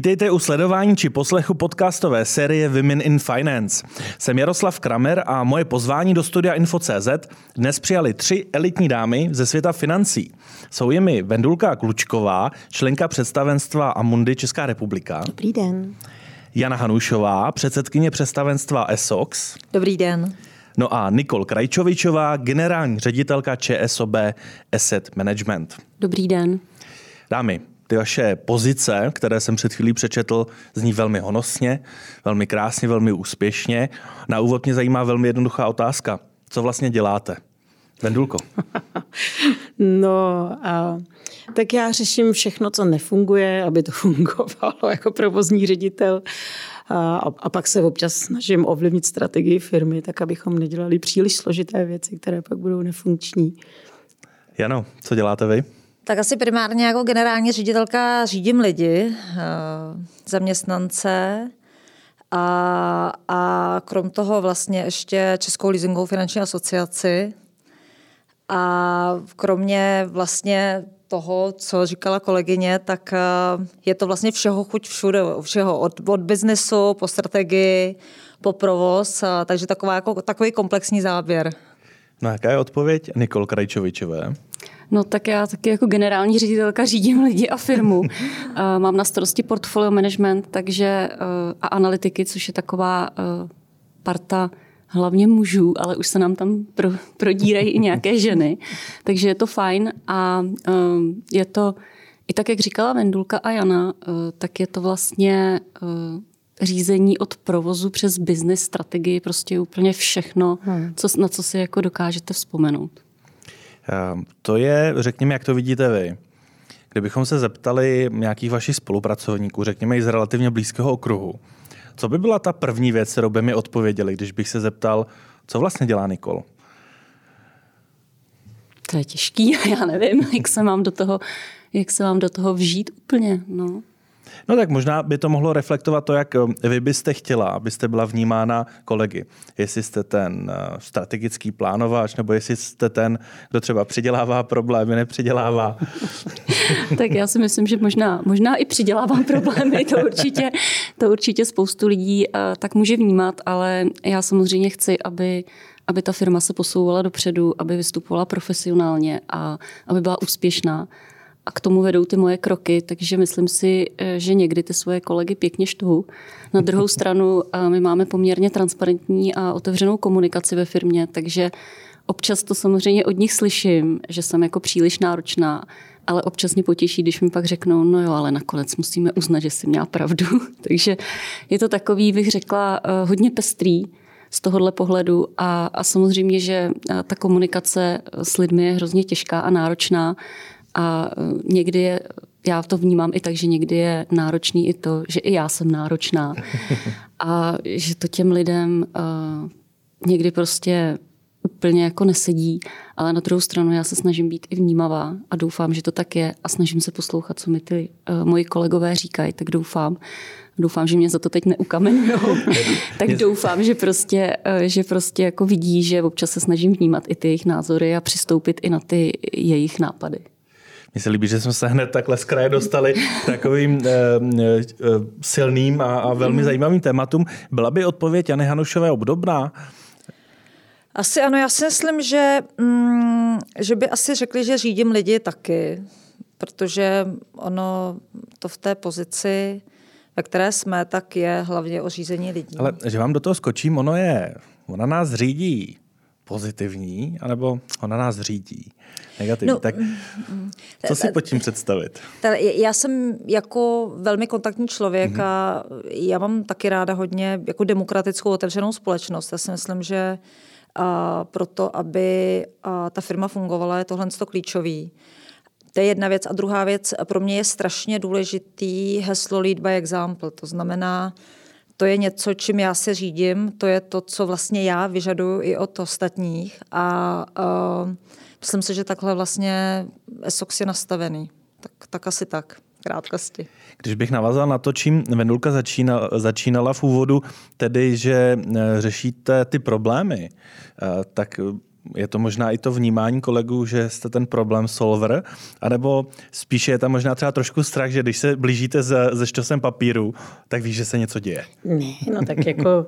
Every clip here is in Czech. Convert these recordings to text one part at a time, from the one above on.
Vítejte u sledování či poslechu podcastové série Women in Finance. Jsem Jaroslav Kramer a moje pozvání do studia Info.cz dnes přijali 3 elitní dámy ze světa financí. Jsou jimi Vendulka Klučková, členka představenstva Amundi Česká republika. Dobrý den. Jana Hanušová, předsedkyně představenstva ESOX. Dobrý den. No a Nikol Krajčovičová, generální ředitelka ČSOB Asset Management. Dobrý den. Dámy, ty vaše pozice, které jsem před chvílí přečetl, zní velmi honosně, velmi krásně, velmi úspěšně. Na úvod mě zajímá velmi jednoduchá otázka. Co vlastně děláte? Vendulko. Tak já řeším všechno, co nefunguje, aby to fungovalo jako provozní ředitel. A pak se občas snažím ovlivnit strategii firmy, tak abychom nedělali příliš složité věci, které pak budou nefunkční. Jano, co děláte vy? Tak asi primárně jako generální ředitelka řídím lidi, zaměstnance a krom toho vlastně ještě Českou leasingovou finanční asociaci. A kromě vlastně toho, co říkala kolegyně, tak je to vlastně všeho chuť všude, všeho od biznesu po strategii, po provoz, takže takový komplexní záběr. No jaká je odpověď Nikol Krajčovičové? No tak já taky jako generální ředitelka řídím lidi a firmu. Mám na starosti portfolio management a analytiky, což je taková parta hlavně mužů, ale už se nám tam prodírají i nějaké ženy. Takže je to fajn a je to, i tak, jak říkala Vendulka a Jana, tak je to vlastně řízení od provozu přes business strategii, prostě úplně všechno, na co si jako dokážete vzpomenout. To je, řekněme, jak to vidíte vy. Kdybychom se zeptali nějakých vašich spolupracovníků, řekněme i z relativně blízkého okruhu, co by byla ta první věc, kterou by mi odpověděli, když bych se zeptal, co vlastně dělá Nikol? To je těžký, já nevím, jak se mám do toho vžít úplně, no. No tak možná by to mohlo reflektovat to, jak vy byste chtěla, abyste byla vnímána kolegy. Jestli jste ten strategický plánovač, nebo jestli jste ten, kdo třeba přidělává problémy, nepřidělává. Tak já si myslím, že možná i přidělávám problémy, to určitě spoustu lidí tak může vnímat, ale já samozřejmě chci, aby ta firma se posouvala dopředu, aby vystupovala profesionálně a aby byla úspěšná. A k tomu vedou ty moje kroky, takže myslím si, že někdy ty svoje kolegy pěkně štvu. Na druhou stranu my máme poměrně transparentní a otevřenou komunikaci ve firmě, takže občas to samozřejmě od nich slyším, že jsem jako příliš náročná, ale občas mě potěší, když mi pak řeknou, no jo, ale nakonec musíme uznat, že jsi měla pravdu. Takže je to takový, bych řekla, hodně pestrý z tohohle pohledu a samozřejmě, že ta komunikace s lidmi je hrozně těžká a náročná. A někdy já to vnímám i tak, že někdy je náročný i to, že i já jsem náročná. A že to těm lidem někdy prostě úplně jako nesedí. Ale na druhou stranu já se snažím být i vnímavá a doufám, že to tak je a snažím se poslouchat, co mi ty moji kolegové říkají, tak doufám, že mě za to teď neukamenujou. Tak doufám, že prostě jako vidí, že občas se snažím vnímat i ty jejich názory a přistoupit i na ty jejich nápady. Mně se líbí, že jsme se hned takhle z kraje dostali takovým silným a velmi zajímavým tématům. Byla by odpověď Jany Hanušové obdobná? Asi ano, já si myslím, že by asi řekli, že řídím lidi taky, protože ono to v té pozici, ve které jsme, tak je hlavně o řízení lidí. Ale že vám do toho skočím, ona nás řídí pozitivní, anebo ona nás řídí negativní. No, tak co si pod tím představit? Já jsem jako velmi kontaktní člověk a já mám taky ráda hodně jako demokratickou otevřenou společnost. Já si myslím, že proto, aby ta firma fungovala, je tohle klíčový. To je jedna věc. A druhá věc, pro mě je strašně důležitý heslo lead by example. To znamená, to je něco, čím já se řídím, to je to, co vlastně já vyžaduju i od ostatních a myslím si, že takhle vlastně ESOX je nastavený. Tak asi tak, krátkosti. Když bych navázal na to, čím Vendulka začínala v úvodu, tedy, že řešíte ty problémy, tak je to možná i to vnímání kolegů, že jste ten problém solver, anebo spíše je tam možná třeba trošku strach, že když se blížíte se štosem papíru, tak víš, že se něco děje. Ne, no tak jako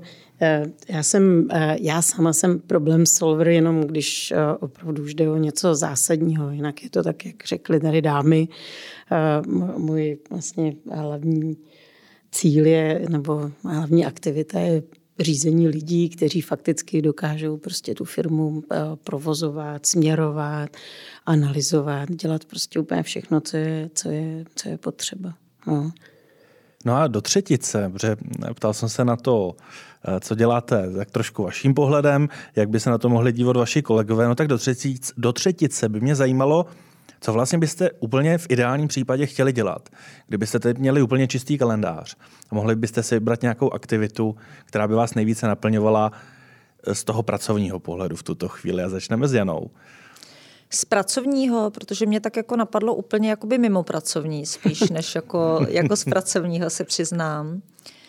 já sama jsem problém solver jenom když opravdu už jde o něco zásadního, jinak je to tak, jak řekli tady dámy, můj vlastně hlavní cíl je, nebo hlavní aktivita je řízení lidí, kteří fakticky dokážou prostě tu firmu provozovat, směrovat, analyzovat, dělat prostě úplně všechno, co je potřeba. No. No a do třetice, protože ptal jsem se na to, co děláte tak trošku vaším pohledem, jak by se na to mohli dívat vaši kolegové, no tak do třetice by mě zajímalo, co vlastně byste úplně v ideálním případě chtěli dělat. Kdybyste teď měli úplně čistý kalendář a mohli byste si vybrat nějakou aktivitu, která by vás nejvíce naplňovala z toho pracovního pohledu v tuto chvíli. A začneme s Janou. Z pracovního, protože mě tak jako napadlo úplně jakoby mimo pracovní, spíš než jako z pracovního se přiznám.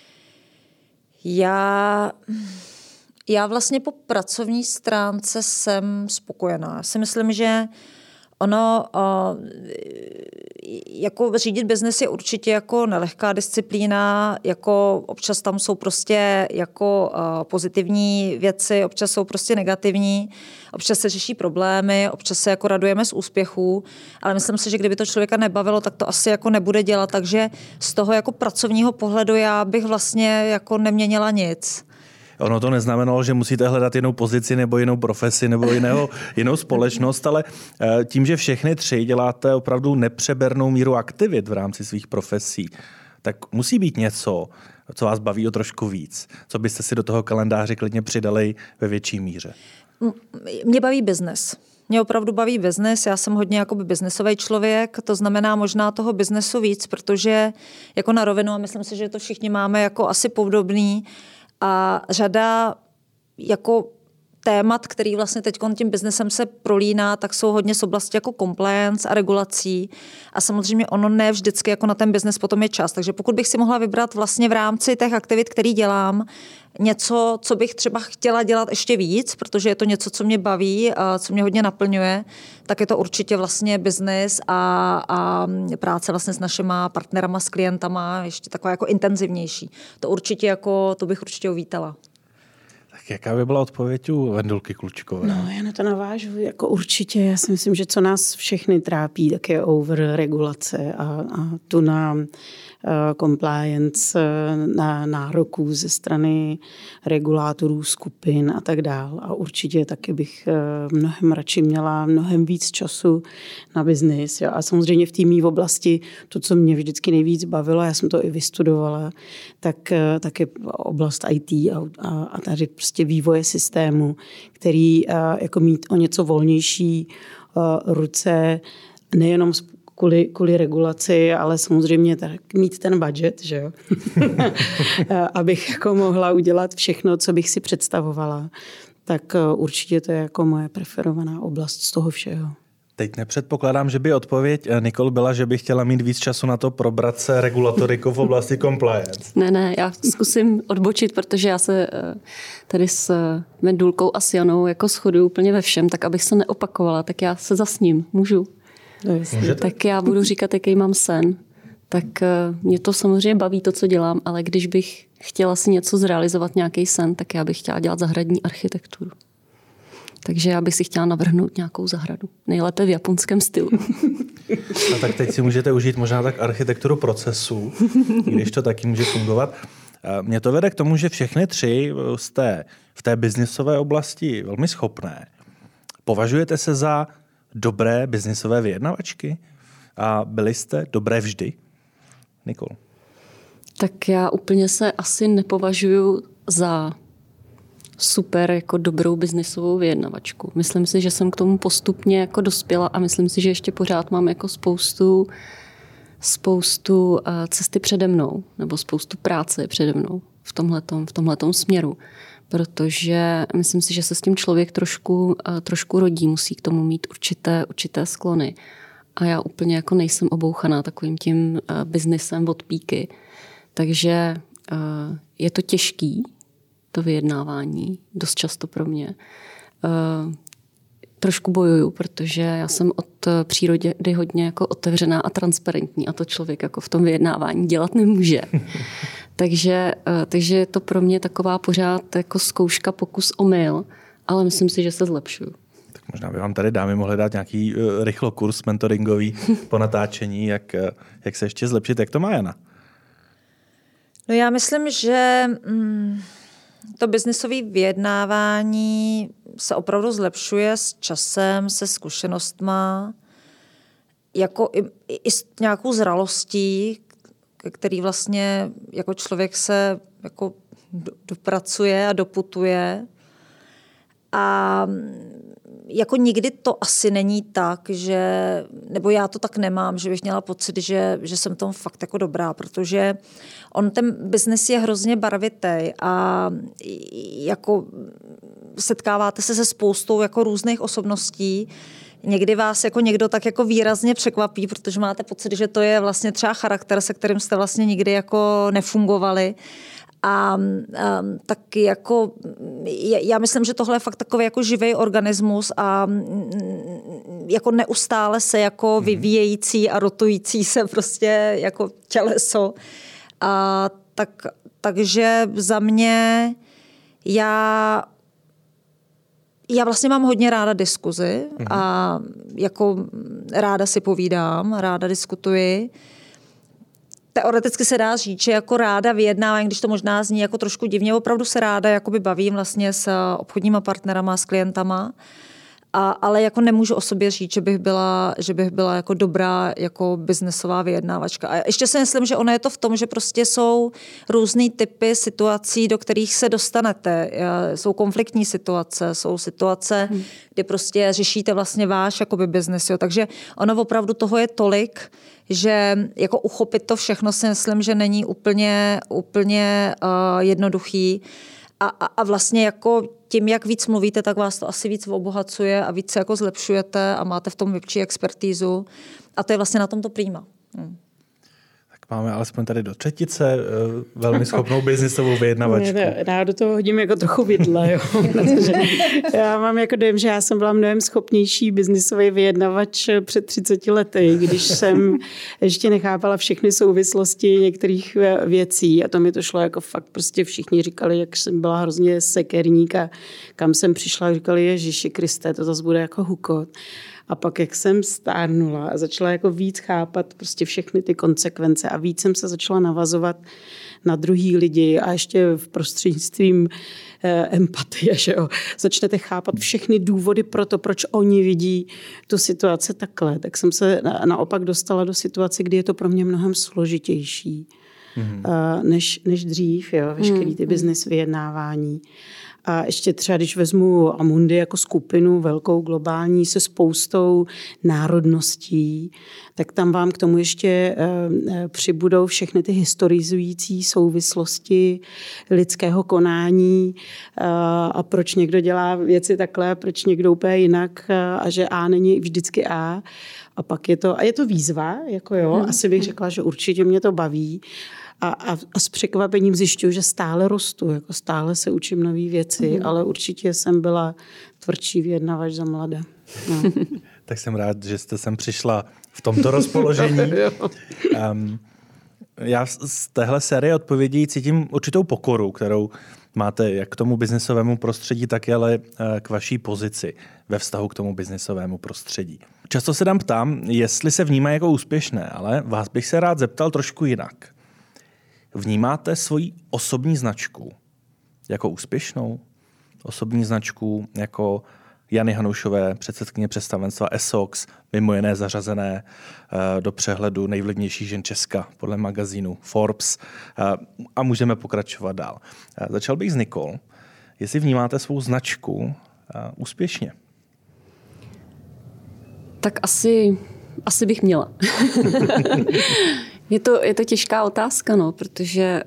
Já vlastně po pracovní stránce jsem spokojená. Já si myslím, že ono, jako řídit biznes je určitě jako nelehká disciplína, jako občas tam jsou prostě jako pozitivní věci, občas jsou prostě negativní, občas se řeší problémy, občas se jako radujeme z úspěchů, ale myslím si, že kdyby to člověka nebavilo, tak to asi jako nebude dělat, takže z toho jako pracovního pohledu já bych vlastně jako neměnila nic. Ono to neznamenalo, že musíte hledat jinou pozici nebo jinou profesi nebo jinou společnost, ale tím, že všechny tři děláte opravdu nepřebernou míru aktivit v rámci svých profesí, tak musí být něco, co vás baví o trošku víc. Co byste si do toho kalendáře klidně přidali ve větší míře? Mě baví biznes. Mě opravdu baví biznes, já jsem hodně jakoby biznesový člověk, to znamená možná toho biznesu víc, protože jako na rovinu, a myslím si, že to všichni máme jako asi podobný, a řada jako témat, který vlastně teď tím biznesem se prolíná, tak jsou hodně z oblasti jako compliance a regulací. A samozřejmě ono ne vždycky jako na ten biznes potom je čas. Takže pokud bych si mohla vybrat vlastně v rámci těch aktivit, který dělám, něco, co bych třeba chtěla dělat ještě víc, protože je to něco, co mě baví, a co mě hodně naplňuje, tak je to určitě vlastně biznes a práce vlastně s našima partnerama, s klientama, ještě taková jako intenzivnější. To bych určitě uvítala. Tak jaká by byla odpověď u Vendulky Klučkové? No, já na to navážu, jako určitě. Já si myslím, že co nás všechny trápí, tak je overregulace a tu nám compliance na nároků ze strany regulátorů, skupin a tak dál. A určitě taky bych mnohem radši měla mnohem víc času na biznis. A samozřejmě v té mý oblasti to, co mě vždycky nejvíc bavilo, já jsem to i vystudovala, tak je oblast IT a tady prostě vývoje systému, který jako mít o něco volnější ruce, nejenom kvůli regulaci, ale samozřejmě tak mít ten budget, že jo? Abych jako mohla udělat všechno, co bych si představovala. Tak určitě to je jako moje preferovaná oblast z toho všeho. Teď nepředpokládám, že by odpověď Nicole byla, že by chtěla mít víc času na to probrat se regulatorikou v oblasti compliance. Ne, já zkusím odbočit, protože já se tady s Vendulkou a s Janou jako shoduju úplně ve všem, tak abych se neopakovala, tak já se zasním, můžu. Tak já budu říkat, jaký mám sen. Tak mě to samozřejmě baví to, co dělám, ale když bych chtěla si něco zrealizovat, nějaký sen, tak já bych chtěla dělat zahradní architekturu. Takže já bych si chtěla navrhnout nějakou zahradu. Nejlépe v japonském stylu. A tak teď si můžete užít možná tak architekturu procesů, když to taky může fungovat. Mě to vede k tomu, že všechny tři jste v té biznisové oblasti velmi schopné. Považujete se za dobré biznisové vyjednavačky? A byli jste dobré vždy? Nicole. Tak já úplně se asi nepovažuji za super jako dobrou biznisovou vyjednavačku. Myslím si, že jsem k tomu postupně jako dospěla a myslím si, že ještě pořád mám jako spoustu cesty přede mnou nebo spoustu práce přede mnou v tomhletom směru. Protože myslím si, že se s tím člověk trošku rodí, musí k tomu mít určité sklony. A já úplně jako nejsem obouchaná takovým tím biznisem od píky. Takže je to těžký, to vyjednávání, dost často pro mě. trošku bojuju, protože já jsem od přírody hodně jako otevřená a transparentní a to člověk jako v tom vyjednávání dělat nemůže. Takže je to pro mě taková pořád jako zkouška, pokus, omyl, ale myslím si, že se zlepšuju. Tak možná by vám tady dámy mohly dát nějaký rychlokurs mentoringový po natáčení, jak se ještě zlepšit. Jak to má Jana? No já myslím, že to biznisové vyjednávání se opravdu zlepšuje s časem, se zkušenostma, jako i s nějakou zralostí, který vlastně jako člověk se jako dopracuje a doputuje. A jako nikdy to asi není tak, že, nebo já to tak nemám, že bych měla pocit, že jsem tom fakt jako dobrá, protože ten biznes je hrozně barvitý a jako setkáváte se spoustou jako různých osobností. Někdy vás jako někdo tak jako výrazně překvapí, protože máte pocit, že to je vlastně třeba charakter, se kterým jste vlastně nikdy jako nefungovali. A tak jako, já myslím, že tohle je fakt takový jako živý organismus a jako neustále se jako vyvíjející a rotující se prostě jako těleso. A takže za mě já vlastně mám hodně ráda diskuzi a jako ráda si povídám, ráda diskutuji. Teoreticky se dá říct, že jako ráda vyjednávám, když to možná zní jako trošku divně, opravdu se ráda jakoby bavím vlastně s obchodníma partnerama, s klientama, ale jako nemůžu o sobě říct, že bych byla jako dobrá jako biznesová vyjednávačka. A ještě si myslím, že ono je to v tom, že prostě jsou různý typy situací, do kterých se dostanete. Jsou konfliktní situace, jsou situace, kdy prostě řešíte vlastně váš jakoby biznes. Jo. Takže ono opravdu toho je tolik, že jako uchopit to všechno si myslím, že není úplně jednoduchý. A vlastně jako tím, jak víc mluvíte, tak vás to asi víc obohacuje a víc se jako zlepšujete a máte v tom větší expertízu. A to je vlastně na tom to prima. Tak máme alespoň tady do třetice velmi schopnou biznisovou vyjednavačku. Já do toho hodím jako trochu vidle, jo. Protože já mám jako dojem, že já jsem byla mnohem schopnější biznisový vyjednavač před 30 lety, když jsem ještě nechápala všechny souvislosti některých věcí a to mi to šlo jako fakt prostě všichni říkali, jak jsem byla hrozně sekerník a kam jsem přišla, říkali Ježiši Kriste, to zase bude jako hukot. A pak, jak jsem stárnula a začala jako víc chápat prostě všechny ty konsekvence a víc jsem se začala navazovat na druhý lidi a ještě v prostřednictvím empatie, že jo. Začnete chápat všechny důvody pro to, proč oni vidí tu situaci takhle. Tak jsem se naopak dostala do situace, kdy je to pro mě mnohem složitější než dřív, jo, veškerý ty business vyjednávání. A ještě třeba, když vezmu Amundi jako skupinu velkou, globální, se spoustou národností, tak tam vám k tomu ještě přibudou všechny ty historizující souvislosti lidského konání a proč někdo dělá věci takhle, proč někdo úplně jinak a že A není vždycky A. A pak je to výzva, jako jo, asi bych řekla, že určitě mě to baví. A s překvapením zjišťuju, že stále rostu, jako stále se učím nové věci, ale určitě jsem byla tvrdší vyjednavač za mladé. No. Tak jsem rád, že jste sem přišla v tomto rozpoložení. Já z téhle série odpovědí cítím určitou pokoru, kterou máte jak k tomu biznesovému prostředí, tak ale k vaší pozici ve vztahu k tomu biznesovému prostředí. Často se ptám, jestli se vnímají jako úspěšné, ale vás bych se rád zeptal trošku jinak. Vnímáte svoji osobní značku jako úspěšnou? Osobní značku jako Jany Hanoušové, předsedkyně představenstva ESOX, mimo jiné zařazené do přehledu nejvlivnějších žen Česka podle magazínu Forbes a můžeme pokračovat dál. Začal bych s Nicole. Jestli vnímáte svou značku úspěšně? Tak asi bych měla. Je to těžká otázka, no, protože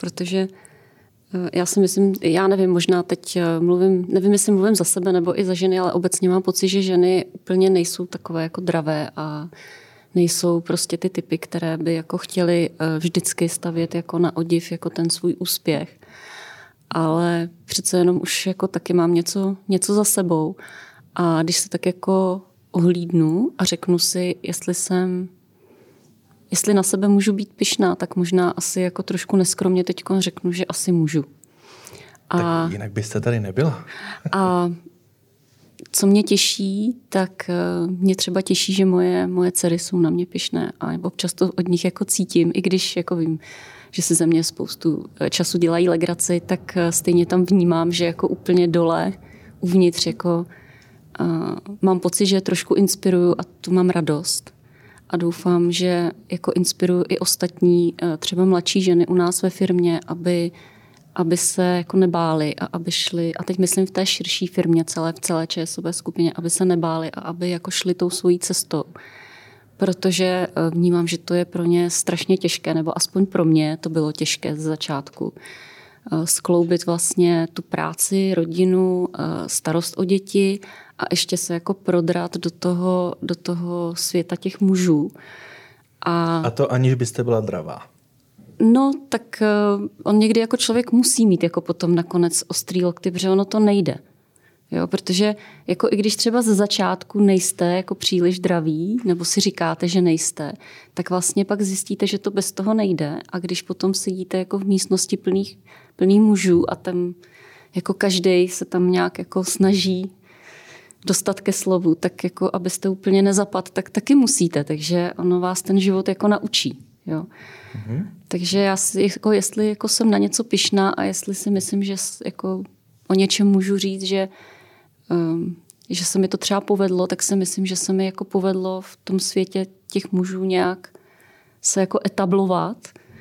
já si myslím, já nevím, možná teď nevím, jestli mluvím za sebe nebo i za ženy, ale obecně mám pocit, že ženy úplně nejsou takové jako dravé a nejsou prostě ty typy, které by jako chtěly vždycky stavět jako na odiv, jako ten svůj úspěch. Ale přece jenom už jako taky mám něco za sebou A když se tak jako ohlídnu a řeknu si, jestli na sebe můžu být pyšná, tak možná asi jako trošku neskromně teď řeknu, že asi můžu. Tak jinak byste tady nebyla. A co mě těší, tak mě třeba těší, že moje dcery jsou na mě pyšné a občas to od nich jako cítím, i když jako vím, že si ze mě spoustu času dělají legraci, tak stejně tam vnímám, že jako úplně dole, uvnitř jako mám pocit, že trošku inspiruju a tu mám radost. A doufám, že jako inspiruju i ostatní, třeba mladší ženy u nás ve firmě, aby se jako nebáli a aby šli, a teď myslím v té širší firmě, v celé ČSOB skupině, aby se nebáli a aby jako šli tou svojí cestou. Protože vnímám, že to je pro ně strašně těžké, nebo aspoň pro mě to bylo těžké ze začátku. Skloubit vlastně tu práci, rodinu, starost o děti a ještě se jako prodrat do toho světa těch mužů. A to aniž byste byla dravá. No, tak on někdy jako člověk musí mít jako potom nakonec ostrý lokty, protože ono to nejde. Jo, protože jako i když třeba ze začátku nejste jako příliš draví, nebo si říkáte, že nejste, tak vlastně pak zjistíte, že to bez toho nejde. A když potom sedíte jako v místnosti plných mužů a tam jako každej se tam nějak jako snaží dostat ke slovu, tak jako abyste úplně nezapad, tak taky musíte. Takže ono vás ten život jako naučí. Jo. Mm-hmm. Takže já si, jako jestli jako jsem na něco pyšná a jestli si myslím, že jako o něčem můžu říct, že se mi to třeba povedlo, tak si myslím, že se mi jako povedlo v tom světě těch mužů nějak se jako etablovat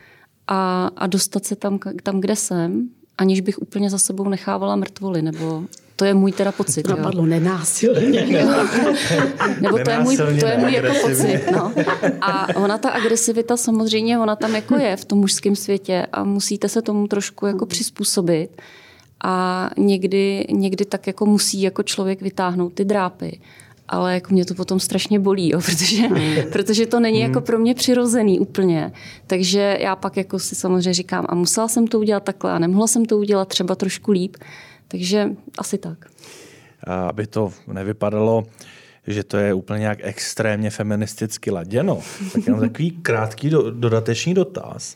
a dostat se tam, kde jsem, aniž bych úplně za sebou nechávala mrtvoly, nebo to je můj teda pocit. Napadlo nenásilně. Nebo to je můj jako pocit. No. A ona ta agresivita samozřejmě, ona tam jako je v tom mužském světě a musíte se tomu trošku jako přizpůsobit. A někdy tak jako musí jako člověk vytáhnout ty drápy. Ale jako mě to potom strašně bolí, jo, protože to není jako pro mě přirozený úplně. Takže já pak jako si samozřejmě říkám, a musela jsem to udělat takhle a nemohla jsem to udělat třeba trošku líp. Takže asi tak. A aby to nevypadalo, že to je úplně nějak extrémně feministicky laděno, tak jenom takový krátký dodatečný dotaz.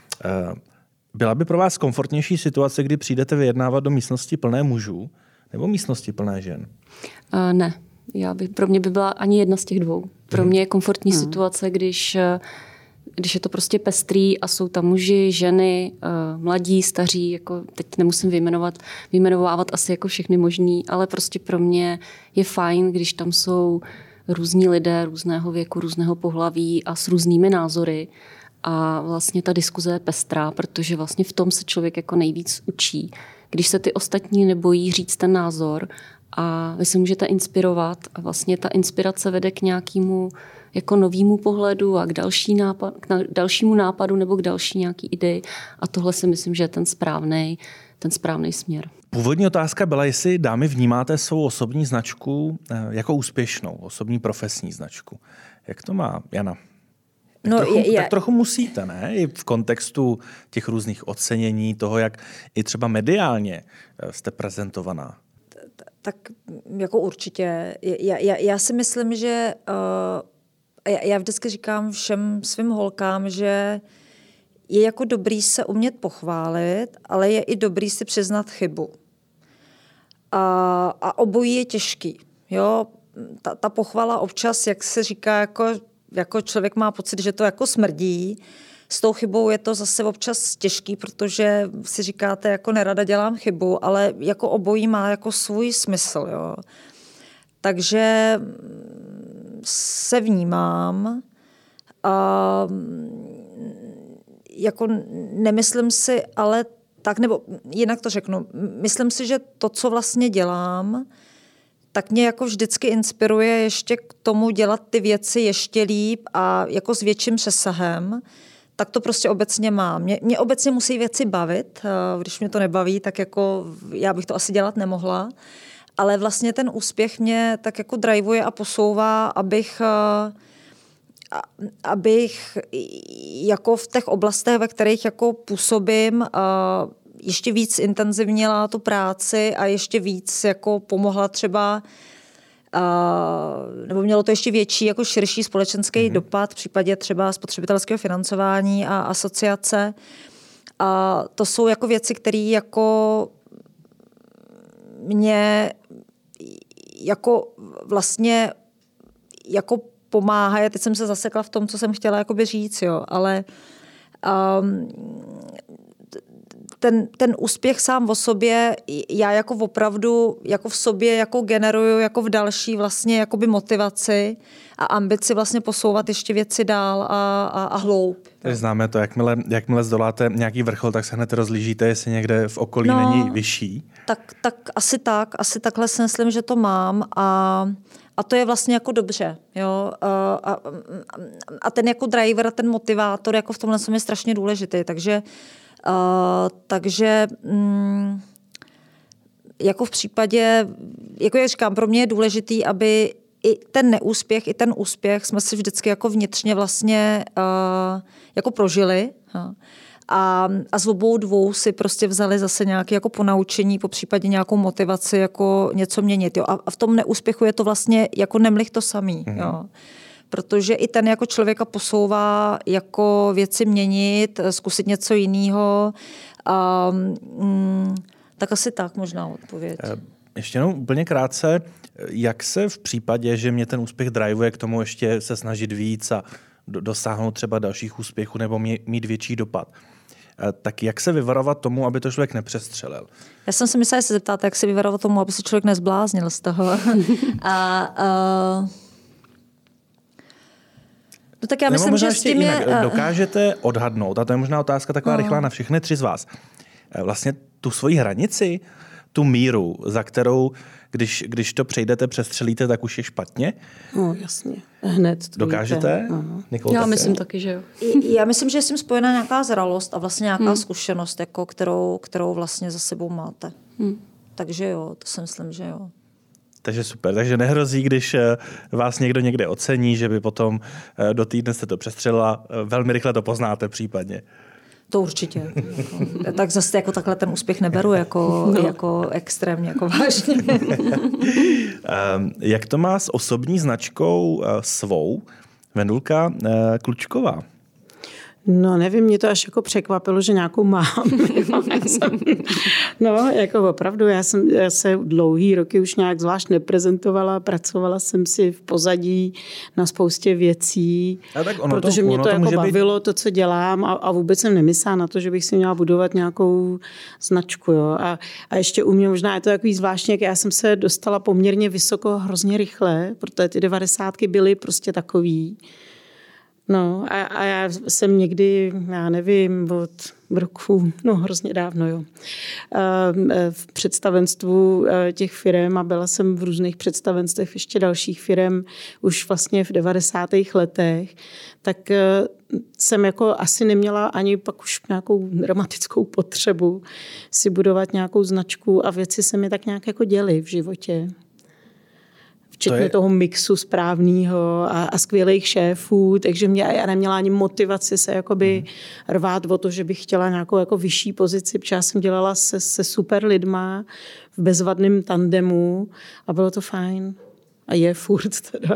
Byla by pro vás komfortnější situace, kdy přijdete vyjednávat do místnosti plné mužů nebo místnosti plné žen? Ne. Pro mě by byla ani jedna z těch dvou. Pro mě je komfortní situace, když je to prostě pestrý a jsou tam muži, ženy, mladí, staří, jako teď nemusím vyjmenovávat asi jako všechny možný, ale prostě pro mě je fajn, když tam jsou různí lidé různého věku, různého pohlaví a s různými názory. A vlastně ta diskuze je pestrá, protože vlastně v tom se člověk jako nejvíc učí. Když se ty ostatní nebojí říct ten názor a vy se můžete inspirovat a vlastně ta inspirace vede k nějakému jako novému pohledu a k dalšímu nápadu nebo k další nějaký ideji. A tohle si myslím, že je ten správný směr. Původní otázka byla, jestli dámy vnímáte svou osobní značku jako úspěšnou, osobní profesní značku. Jak to má Jana? Tak trochu musíte, ne? I v kontextu těch různých ocenění, toho, jak i třeba mediálně jste prezentovaná. Tak jako určitě. Já si myslím, že já vždycky říkám všem svým holkám, že je jako dobrý se umět pochválit, ale je i dobrý si přiznat chybu. A obojí je těžký. Jo? Ta pochvala občas, jak se říká, jako člověk má pocit, že to jako smrdí. S tou chybou je to zase občas těžký, protože si říkáte, jako nerada dělám chybu, ale jako obojí má jako svůj smysl. Jo. Takže se vnímám a jako nemyslím si, ale tak, nebo jinak to řeknu, myslím si, že to, co vlastně dělám, tak mě jako vždycky inspiruje ještě k tomu dělat ty věci ještě líp a jako s větším přesahem. Tak to prostě obecně mám. Mě obecně musí věci bavit. Když mě to nebaví, tak jako já bych to asi dělat nemohla. Ale vlastně ten úspěch mě tak jako driveuje a posouvá, abych jako v těch oblastech, ve kterých jako působím, ještě víc intenzivnila tu práci a ještě víc jako pomohla třeba nebo mělo to ještě větší, jako širší společenský dopad v případě třeba spotřebitelského financování a asociace. A to jsou jako věci, které jako mě jako vlastně jako pomáhají. Teď jsem se zasekla v tom, co jsem chtěla jakoby říct, jo, ale ten úspěch sám o sobě, já jako opravdu jako v sobě jako generuju jako v další vlastně jakoby motivaci a ambici vlastně posouvat ještě věci dál a hloub. Takže známe to, jakmile zdoláte nějaký vrchol, tak se hned rozlížíte, jestli někde v okolí není vyšší. Tak asi takhle si myslím, že to mám a to je vlastně jako dobře. Jo? A ten jako driver, ten motivátor jako v tomhle je strašně důležitý, takže jako v případě, jako já říkám, pro mě je důležitý, aby i ten neúspěch, i ten úspěch jsme si vždycky jako vnitřně vlastně jako prožili. A z obou dvou si prostě vzali zase nějaké jako ponaučení, po případě nějakou motivaci jako něco měnit. Jo? A v tom neúspěchu je to vlastně jako nemlich to samý. Jo? Protože i ten jako člověka posouvá jako věci měnit, zkusit něco jiného. Tak asi tak možná odpověď. Ještě jenom úplně krátce, jak se v případě, že mě ten úspěch drivuje k tomu ještě se snažit víc a dosáhnout třeba dalších úspěchů nebo mít větší dopad, tak jak se vyvarovat tomu, aby to člověk nepřestřelil? Já jsem si myslela, že se zeptáte, jak se vyvarovat tomu, aby se člověk nezbláznil z toho. No tak já myslím, že s tím je... Dokážete odhadnout, a to je možná otázka taková rychlá na všechny tři z vás, vlastně tu svoji hranici, tu míru, za kterou, když to přejdete, přestřelíte, tak už je špatně? No, jasně. Hned. Dokážete? Nikol, já myslím taky, že jo. Já myslím, že je s tím spojena nějaká zralost a vlastně nějaká zkušenost, jako kterou vlastně za sebou máte. Takže jo, to si myslím, že jo. Takže super. Takže nehrozí, když vás někdo někde ocení, že by potom do týdne jste to přestřelila. Velmi rychle to poznáte případně. To určitě. Tak zase jako takhle ten úspěch neberu jako extrémně, jako vážně. Jak to má s osobní značkou svou Vendulka Klučková? No nevím, mě to až jako překvapilo, že nějakou mám. No, jako opravdu, já se dlouhý roky už nějak zvlášť neprezentovala, pracovala jsem si v pozadí na spoustě věcí, protože mě to jako bavilo, to, co dělám a vůbec jsem nemyslela na to, že bych si měla budovat nějakou značku. Jo. A ještě u mě možná je to takový zvláštně, jak já jsem se dostala poměrně vysoko hrozně rychle, protože ty 90 byly prostě takový. No a já jsem někdy, já nevím, od roku, no hrozně dávno, jo, v představenstvu těch firem a byla jsem v různých představenstvech ještě dalších firem už vlastně v 90. letech, tak jsem jako asi neměla ani pak už nějakou dramatickou potřebu si budovat nějakou značku a věci se mi tak nějak jako děly v životě. Včetně toho mixu správného a skvělých šéfů, takže já neměla ani motivaci se jakoby rvát o to, že bych chtěla nějakou jako vyšší pozici, protože já jsem dělala se super lidma v bezvadném tandemu a bylo to fajn. A je furt teda.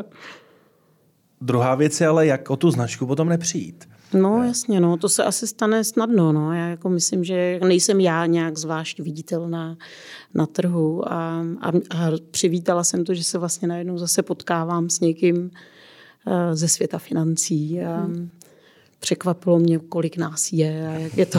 Druhá věc je ale, jak o tu značku potom nepřijít. No jasně, no, to se asi stane snadno. No. Já jako myslím, že nejsem já nějak zvlášť viditelná na trhu a přivítala jsem to, že se vlastně najednou zase potkávám s někým ze světa financí a překvapilo mě, kolik nás je a jak je to.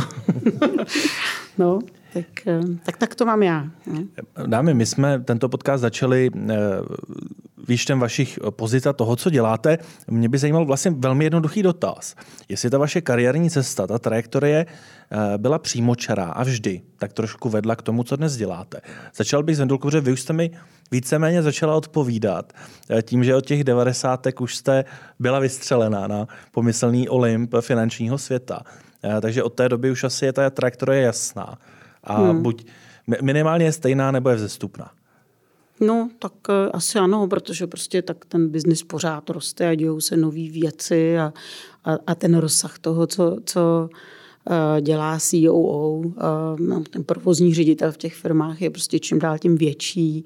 No, tak to mám já. Dámy, my jsme tento podcast začali výčtem vašich pozic a toho, co děláte. Mě by zajímal vlastně velmi jednoduchý dotaz. Jestli ta vaše kariérní cesta, ta trajektorie byla přímočará a vždy tak trošku vedla k tomu, co dnes děláte. Začal bych s Vendulkou, že vy už jste mi víceméně začala odpovídat tím, že od těch 90. už jste byla vystřelená na pomyslný Olymp finančního světa. Takže od té doby už asi je ta trajektorie jasná. A buď minimálně je stejná, nebo je vzestupná. No, tak asi ano, protože prostě tak ten biznis pořád roste a dějou se nové věci a ten rozsah toho, co dělá COO, ten provozní ředitel v těch firmách je prostě čím dál tím větší,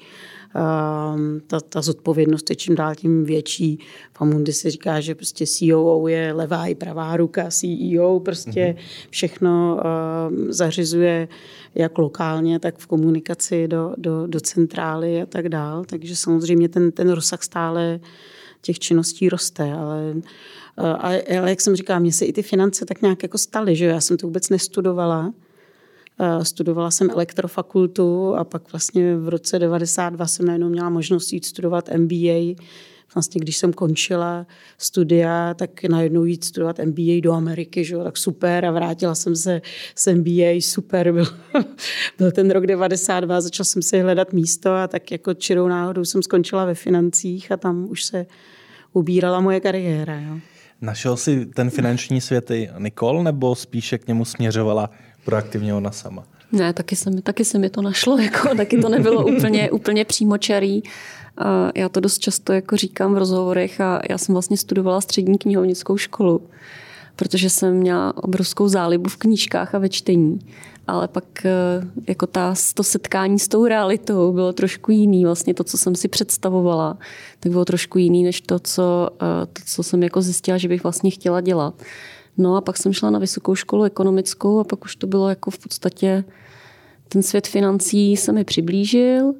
ta zodpovědnost je čím dál tím větší. V Amundi se říká, že prostě COO je levá i pravá ruka, CEO prostě všechno zařizuje jak lokálně, tak v komunikaci do centrály a tak dál. Takže samozřejmě ten rozsah stále těch činností roste, ale jak jsem říkala, mně se i ty finance tak nějak jako staly, že já jsem to vůbec nestudovala. Studovala jsem elektrofakultu a pak vlastně v roce 92 jsem najednou měla možnost jít studovat MBA. Vlastně když jsem končila studia, tak najednou jít studovat MBA do Ameriky, že? Tak super, a vrátila jsem se z MBA, super, byl ten rok 92, začala jsem si hledat místo a tak jako čirou náhodou jsem skončila ve financích a tam už se ubírala moje kariéra. Jo. Našel si ten finanční svět i Nicole, nebo spíše k němu směřovala proaktivně ona sama? Ne, taky se mi to našlo, jako, taky to nebylo úplně přímočarý. Já to dost často jako říkám v rozhovorech a já jsem vlastně studovala střední knihovnickou školu, protože jsem měla obrovskou zálibu v knížkách a ve čtení. Ale pak jako to setkání s tou realitou bylo trošku jiný. Vlastně to, co jsem si představovala, tak bylo trošku jiný, než to, co jsem jako zjistila, že bych vlastně chtěla dělat. No a pak jsem šla na vysokou školu ekonomickou a pak už to bylo jako v podstatě ten svět financí se mi přiblížil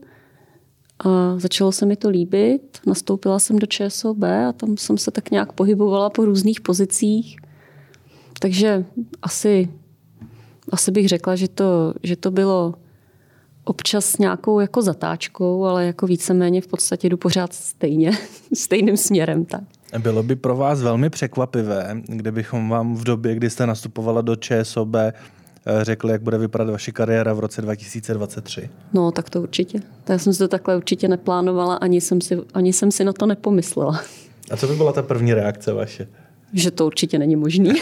a začalo se mi to líbit. Nastoupila jsem do ČSOB a tam jsem se tak nějak pohybovala po různých pozicích. Takže asi bych řekla, že to bylo občas nějakou jako zatáčkou, ale jako víceméně v podstatě jdu pořád stejným směrem. Tak. Bylo by pro vás velmi překvapivé, kdybychom vám v době, kdy jste nastupovala do ČSOB, řekli, jak bude vypadat vaše kariéra v roce 2023? No, tak to určitě. Já jsem si to takhle určitě neplánovala, ani jsem si na to nepomyslela. A co by byla ta první reakce vaše? Že to určitě není možný.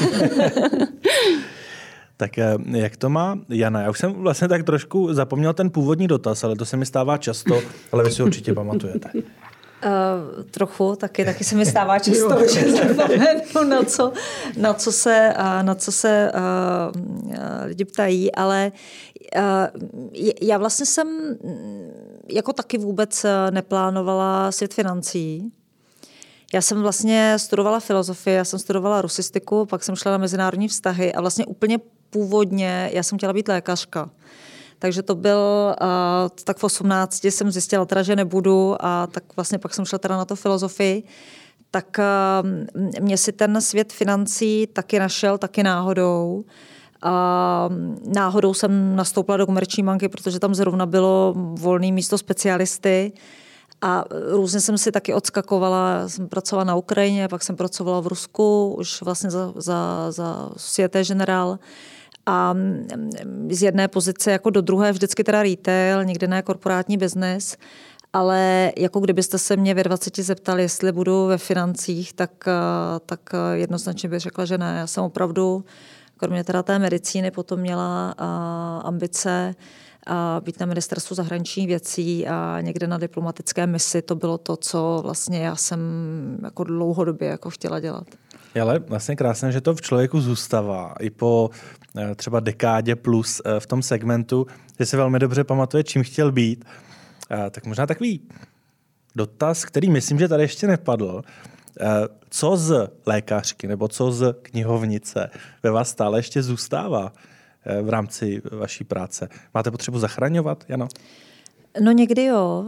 Tak jak to má Jana? Já už jsem vlastně tak trošku zapomněl ten původní dotaz, ale to se mi stává často, ale vy si určitě pamatujete. Trochu, taky se mi stává často, že zapomenu, na co se lidi ptají, ale já vlastně jsem jako taky vůbec neplánovala svět financí. Já jsem vlastně studovala filozofii, já jsem studovala rusistiku, pak jsem šla na mezinárodní vztahy a vlastně úplně původně já jsem chtěla být lékařka. Takže to byl, tak v 18 jsem zjistila teda, že nebudu a tak vlastně pak jsem šla teda na to filozofii. Tak mě si ten svět financí taky našel, taky náhodou. Náhodou jsem nastoupila do Komerční banky, protože tam zrovna bylo volné místo specialisty. A různě jsem si taky odskakovala, jsem pracovala na Ukrajině, pak jsem pracovala v Rusku, už vlastně za Société Générale. A z jedné pozice jako do druhé vždycky teda retail, nikdy ne korporátní biznes, ale jako kdybyste se mě ve 20 zeptali, jestli budu ve financích, tak jednoznačně bych řekla, že ne. Já jsem opravdu, kromě teda té medicíny, potom měla ambice být na ministerstvu zahraničních věcí a někde na diplomatické misi. To bylo to, co vlastně já jsem jako dlouhodobě jako chtěla dělat. Ale vlastně krásné, že to v člověku zůstává i po třeba dekádě plus v tom segmentu, že se velmi dobře pamatuje, čím chtěl být. Tak možná takový dotaz, který myslím, že tady ještě nepadl. Co z lékařky nebo co z knihovnice ve vás stále ještě zůstává v rámci vaší práce? Máte potřebu zachraňovat, Jano? No někdy jo.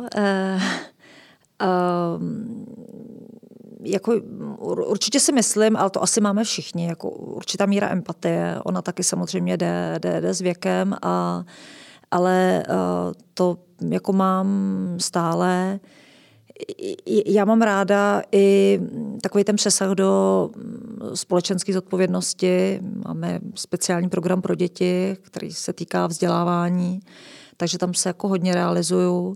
Jako, určitě si myslím, ale to asi máme všichni, jako určitá míra empatie, ona taky samozřejmě jde s věkem, ale to jako mám stále. Já mám ráda i takový ten přesah do společenské zodpovědnosti. Máme speciální program pro děti, který se týká vzdělávání, takže tam se jako hodně realizuju.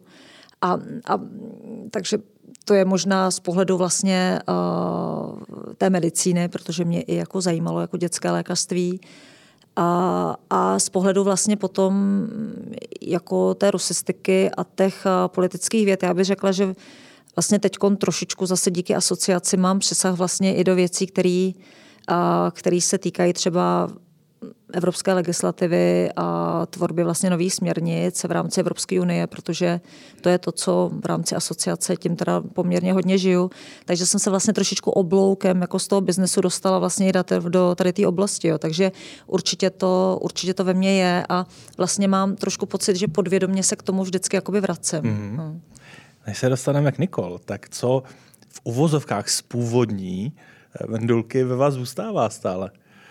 Takže to je možná z pohledu vlastně té medicíny, protože mě i jako zajímalo jako dětské lékařství. A z pohledu vlastně potom jako té rusistiky a těch politických věd, já bych řekla, že vlastně teďkon trošičku zase díky asociaci mám přesah vlastně i do věcí, které se týkají třeba evropské legislativy a tvorby vlastně nových směrnic v rámci Evropské unie, protože to je to, co v rámci asociace tím teda poměrně hodně žiju. Takže jsem se vlastně trošičku obloukem jako z toho biznesu dostala vlastně do tady té oblasti. Jo. Takže určitě to ve mně je a vlastně mám trošku pocit, že podvědomě se k tomu vždycky jakoby vracím. Mm-hmm. Než se dostaneme k Nicole, tak co v uvozovkách z původní Vendulky ve vás zůstává stále?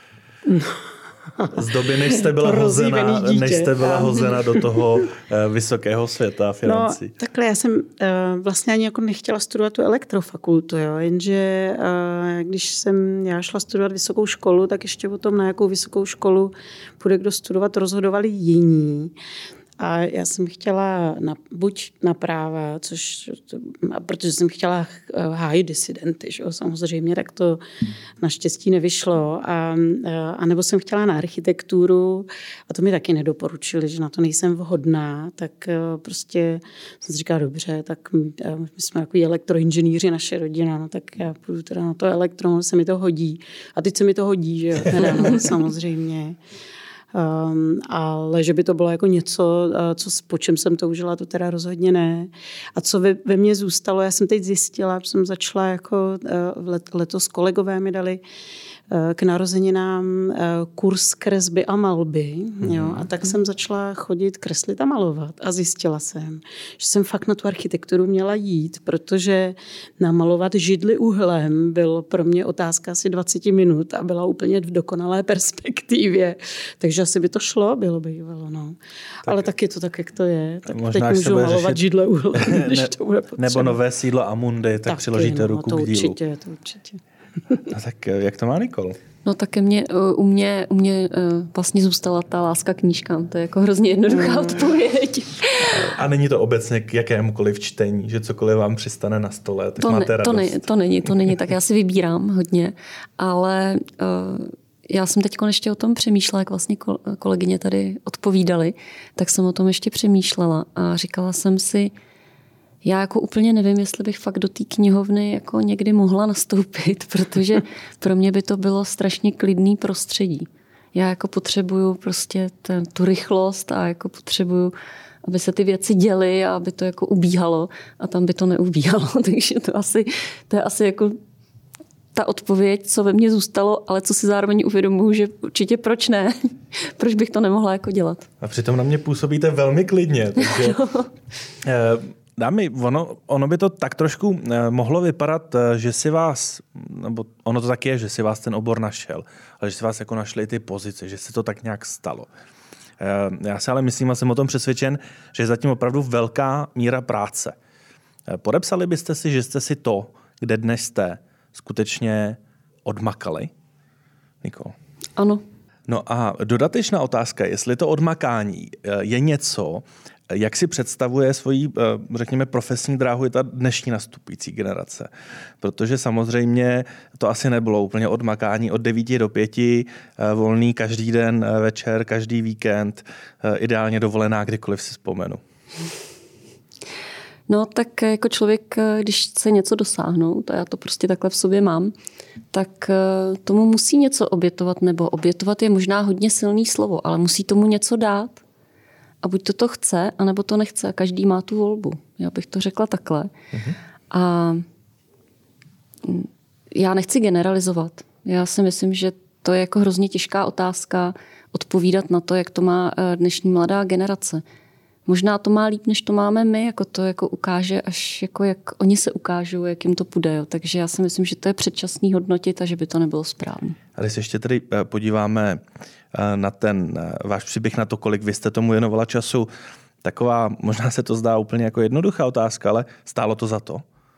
Z doby, než jste byla hozena do toho vysokého světa financí. No, takhle, já jsem vlastně ani jako nechtěla studovat tu elektrofakultu, jo, jenže když jsem já šla studovat vysokou školu, tak ještě o tom, na jakou vysokou školu půjde kdo studovat, rozhodovali jiní. A já jsem chtěla buď na práva, protože jsem chtěla hájit disidenty, že jo, samozřejmě, tak to naštěstí nevyšlo. A nebo jsem chtěla na architekturu a to mi taky nedoporučili, že na to nejsem vhodná, tak prostě jsem si říkala, dobře, tak my jsme takový elektroinženýři, naše rodina, no tak já půjdu teda na to elektro, se mi to hodí. A teď se mi to hodí, že jo, teda, no, samozřejmě. Ale že by to bylo jako něco, po čem jsem toužila, to teda rozhodně ne. A co ve mně zůstalo, já jsem teď zjistila, že jsem začala jako letos kolegové mi dali k narozeninám kurz kresby a malby. Jo? A tak jsem začala chodit kreslit a malovat. A zjistila jsem, že jsem fakt na tu architekturu měla jít, protože namalovat židli uhlem byl pro mě otázka asi 20 minut a byla úplně v dokonalé perspektivě. Takže asi by to šlo, bylo bývalo. No. Ale tak je to tak, jak to je. Tak teď můžu malovat židle uhlem, když to bude potřeba. Nebo nové sídlo Amundy, tak přiložíte ruku k dílu. To určitě. No tak jak to má Nicole? No tak u mě vlastně zůstala ta láska knížkám. To je jako hrozně jednoduchá odpověď. A není to obecně k jakémukoliv čtení, že cokoliv vám přistane na stole, tak máte radost? To není. Tak já si vybírám hodně. Ale já jsem teď ještě o tom přemýšlela, jak vlastně kolegyně tady odpovídali, tak jsem o tom ještě přemýšlela a říkala jsem si, já jako úplně nevím, jestli bych fakt do té knihovny jako někdy mohla nastoupit, protože pro mě by to bylo strašně klidný prostředí. Já jako potřebuju prostě tu rychlost a jako potřebuju, aby se ty věci děly a aby to jako ubíhalo a tam by to neubíhalo. Takže to je asi jako ta odpověď, co ve mně zůstalo, ale co si zároveň uvědomuji, že určitě proč ne? Proč bych to nemohla jako dělat? A přitom na mě působíte velmi klidně. Takže... Dámy, ono by to tak trošku mohlo vypadat, že si vás, nebo ono to tak je, že si vás ten obor našel, ale že si vás jako našli ty pozice, že se to tak nějak stalo. Já si ale myslím a jsem o tom přesvědčen, že je zatím opravdu velká míra práce. Podepsali byste si, že jste si to, kde dnes jste, skutečně odmakali? Nicole? Ano. No a dodatečná otázka, jestli to odmakání je něco, jak si představuje svoji, řekněme, profesní dráhu i ta dnešní nastupující generace. Protože samozřejmě to asi nebylo úplně odmakání od 9 do 5, volný každý den, večer, každý víkend, ideálně dovolená, kdykoliv si vzpomenu. No tak jako člověk, když chce něco dosáhnout, a já to prostě takhle v sobě mám, tak tomu musí něco obětovat, nebo obětovat je možná hodně silný slovo, ale musí tomu něco dát. A buď to chce, anebo to nechce. A každý má tu volbu. Já bych to řekla takhle. Mm-hmm. A já nechci generalizovat. Já si myslím, že to je jako hrozně těžká otázka odpovídat na to, jak to má dnešní mladá generace. Možná to má líp, než to máme my, jako to jako ukáže, až jako jak oni se ukážou, jak jim to půjde. Jo. Takže já si myslím, že to je předčasný hodnotit a že by to nebylo správné. A když se ještě tedy podíváme na ten váš příběh, na to, kolik vy jste tomu věnovala času, taková, možná se to zdá úplně jako jednoduchá otázka, ale stálo to za to?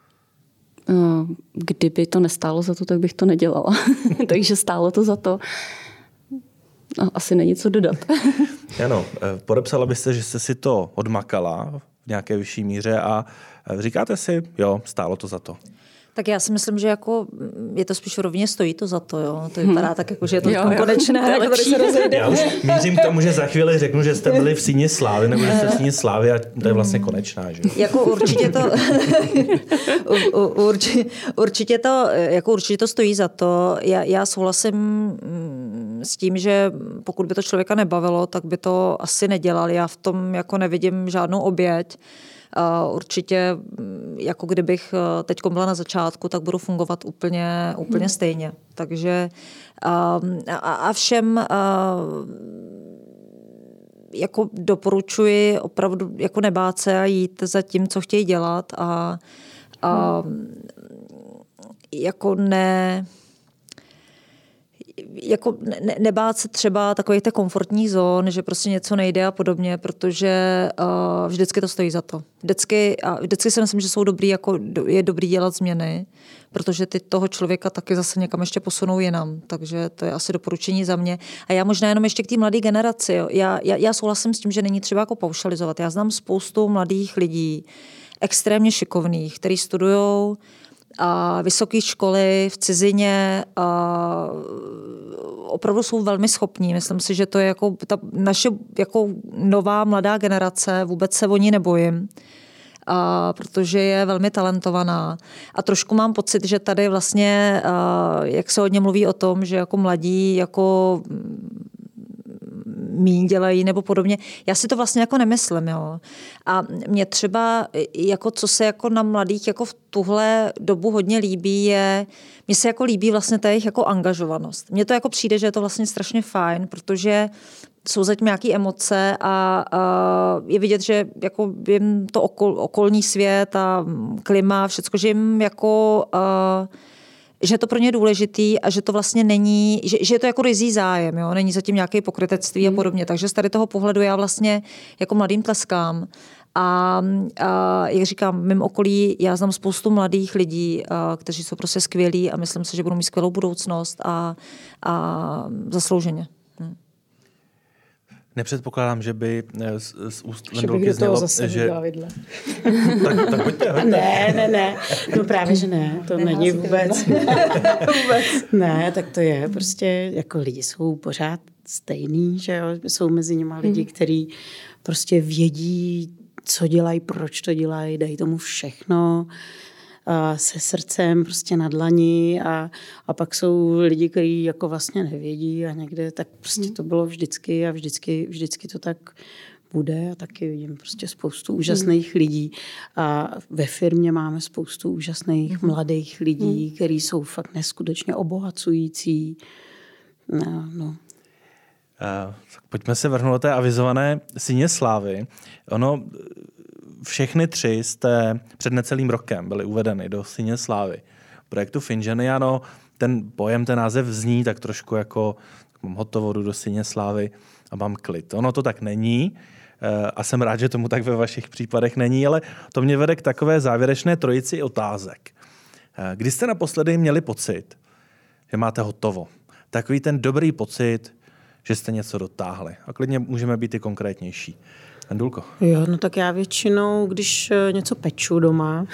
Kdyby to nestálo za to, tak bych to nedělala. Takže stálo to za to. Asi není co dodat. Ano, podepsala byste, že jste si to odmakala v nějaké vyšší míře a říkáte si, jo, stálo to za to. Tak já si myslím, že jako je to spíš rovně stojí to za to, jo. To vypadá tak, jako, že je to konečné, jako tady se rozejde. Já už mířím k tomu, že za chvíli řeknu, že jste byli v Síni slávy, nebo že jste v Síni slávy a to je vlastně konečná, že? Jako určitě to určitě to stojí za to. Já souhlasím s tím, že pokud by to člověka nebavilo, tak by to asi nedělal. Já v tom jako nevidím žádnou oběť. Určitě, jako kdybych teď byla na začátku, tak budu fungovat úplně stejně. Takže a všem jako doporučuji opravdu jako nebát se a jít za tím, co chtějí dělat a jako nebát se třeba takových těch komfortních zón, že prostě něco nejde a podobně, protože vždycky to stojí za to. Vždycky si myslím, že je dobrý dělat změny, protože ty toho člověka taky zase někam ještě posunou jinam. Takže to je asi doporučení za mě. A já možná jenom ještě k té mladé generaci. Jo. Já souhlasím s tím, že není třeba jako paušalizovat. Já znám spoustu mladých lidí, extrémně šikovných, kteří studujou vysoké školy v cizině, opravdu jsou velmi schopní. Myslím si, že to je jako ta naše jako nová mladá generace, vůbec se o ní nebojím, protože je velmi talentovaná. A trošku mám pocit, že tady vlastně, jak se hodně mluví o tom, že jako mladí jako míň dělají nebo podobně. Já si to vlastně jako nemyslím, jo. A mě třeba, jako co se jako na mladých jako v tuhle dobu hodně líbí, mně se jako líbí vlastně ta jejich jako angažovanost. Mně to jako přijde, že je to vlastně strašně fajn, protože jsou zatím nějaké emoce a je vidět, že jako jim to okolní svět a klima, všecko, že jim jako že je to pro ně důležitý a že to vlastně není, že je to jako ryzí zájem, jo? Není zatím nějaké pokrytectví a podobně. Takže z tady toho pohledu já vlastně jako mladým tleskám. A jak říkám, v mém okolí já znám spoustu mladých lidí, kteří jsou prostě skvělí a myslím si, že budou mít skvělou budoucnost a zaslouženě. Nepředpokládám, že by z úst Vendulky znělo, že... tak pojďte. Ne. No právě, že ne. To není vůbec. Ne, tak to je. Prostě jako lidi jsou pořád stejný, že jo. Jsou mezi nimi lidi, kteří prostě vědí, co dělají, proč to dělají, dají tomu všechno. Se srdcem prostě na dlani a pak jsou lidi, kteří jako vlastně nevědí a někde tak prostě to bylo vždycky a vždycky to tak bude a taky vidím prostě spoustu úžasných lidí a ve firmě máme spoustu úžasných mladých lidí, kteří jsou fakt neskutečně obohacující. No. Pojďme se vrhnout do té avizované Síně slávy. Všechny tři jste před necelým rokem byly uvedeny do Síně slávy projektu Fingeniano. Ten pojem, ten název zní tak trošku jako mám hotovo, jdu do Síně slávy a mám klid. Ono to tak není a jsem rád, že tomu tak ve vašich případech není, ale to mě vede k takové závěrečné trojici otázek. Kdy jste naposledy měli pocit, že máte hotovo? Takový ten dobrý pocit, že jste něco dotáhli. A klidně můžeme být i konkrétnější. Vendulko. Jo, no tak já většinou, když něco peču doma.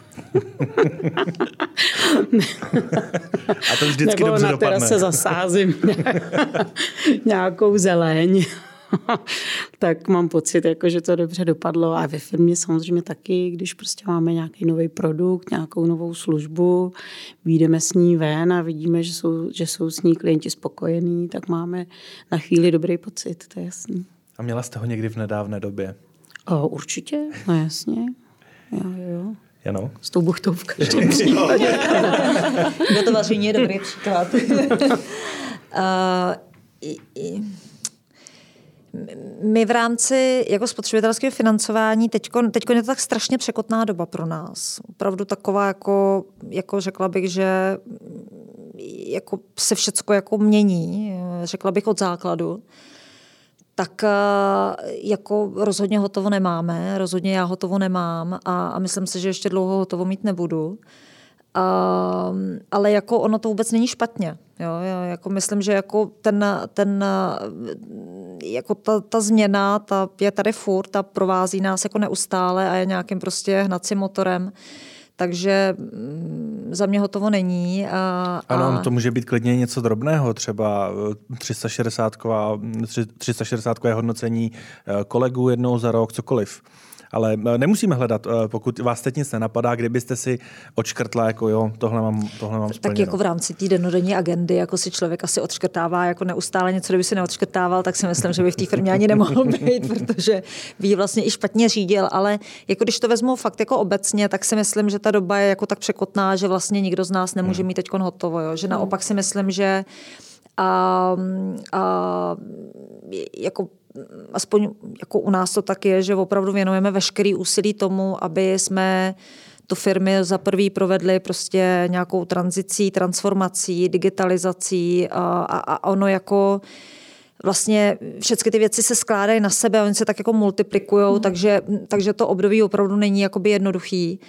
A to vždycky nebo dobře na dopadne. terase zasázím nějakou zeleň. Tak mám pocit, jako, že to dobře dopadlo. A ve firmě samozřejmě taky, když prostě máme nějaký nový produkt, nějakou novou službu, vyjdeme s ní ven a vidíme, že jsou s ní klienti spokojení, tak máme na chvíli dobrý pocit, to je jasný. A měla jste ho někdy v nedávné době? Určitě, no jasně. Jo. Jano? S tou buchtou v každém případě. No to vaření je dobrý příklad. My v rámci jako spotřebitelského financování, teďko je to tak strašně překotná doba pro nás. Opravdu taková, jako řekla bych, že jako se všecko jako mění, řekla bych od základu. Tak jako rozhodně hotovo nemáme, rozhodně já hotovo nemám a myslím si, že ještě dlouho hotovo mít nebudu. Ale jako ono to vůbec není špatně. Jo, jako myslím, že jako jako ta změna je tady furt a provází nás jako neustále a je nějakým prostě hnacím motorem. Takže za mě hotovo není. Ano, to může být klidně něco drobného, třeba 360 hodnocení kolegů jednou za rok, cokoliv. Ale nemusíme hledat, pokud vás teď nic nenapadá, kdybyste si odškrtla, jako jo, tohle mám splněno. Tak jako v rámci té dennodenní agendy, jako si člověk asi odškrtává jako neustále něco, kdyby si neodškrtával, tak si myslím, že by v té firmě ani nemohl být, protože by ji vlastně i špatně řídil, ale jako když to vezmu fakt jako obecně, tak si myslím, že ta doba je jako tak překotná, že vlastně nikdo z nás nemůže mít teď hotovo, jo? Že naopak si myslím, že jako aspoň jako u nás to tak je, že opravdu věnujeme veškerý úsilí tomu, aby jsme tu firmy za prvý provedli prostě nějakou tranzicí, transformací, digitalizací a ono jako vlastně všechny ty věci se skládají na sebe a oni se tak jako multiplikujou, takže to období opravdu není jakoby jednoduchý.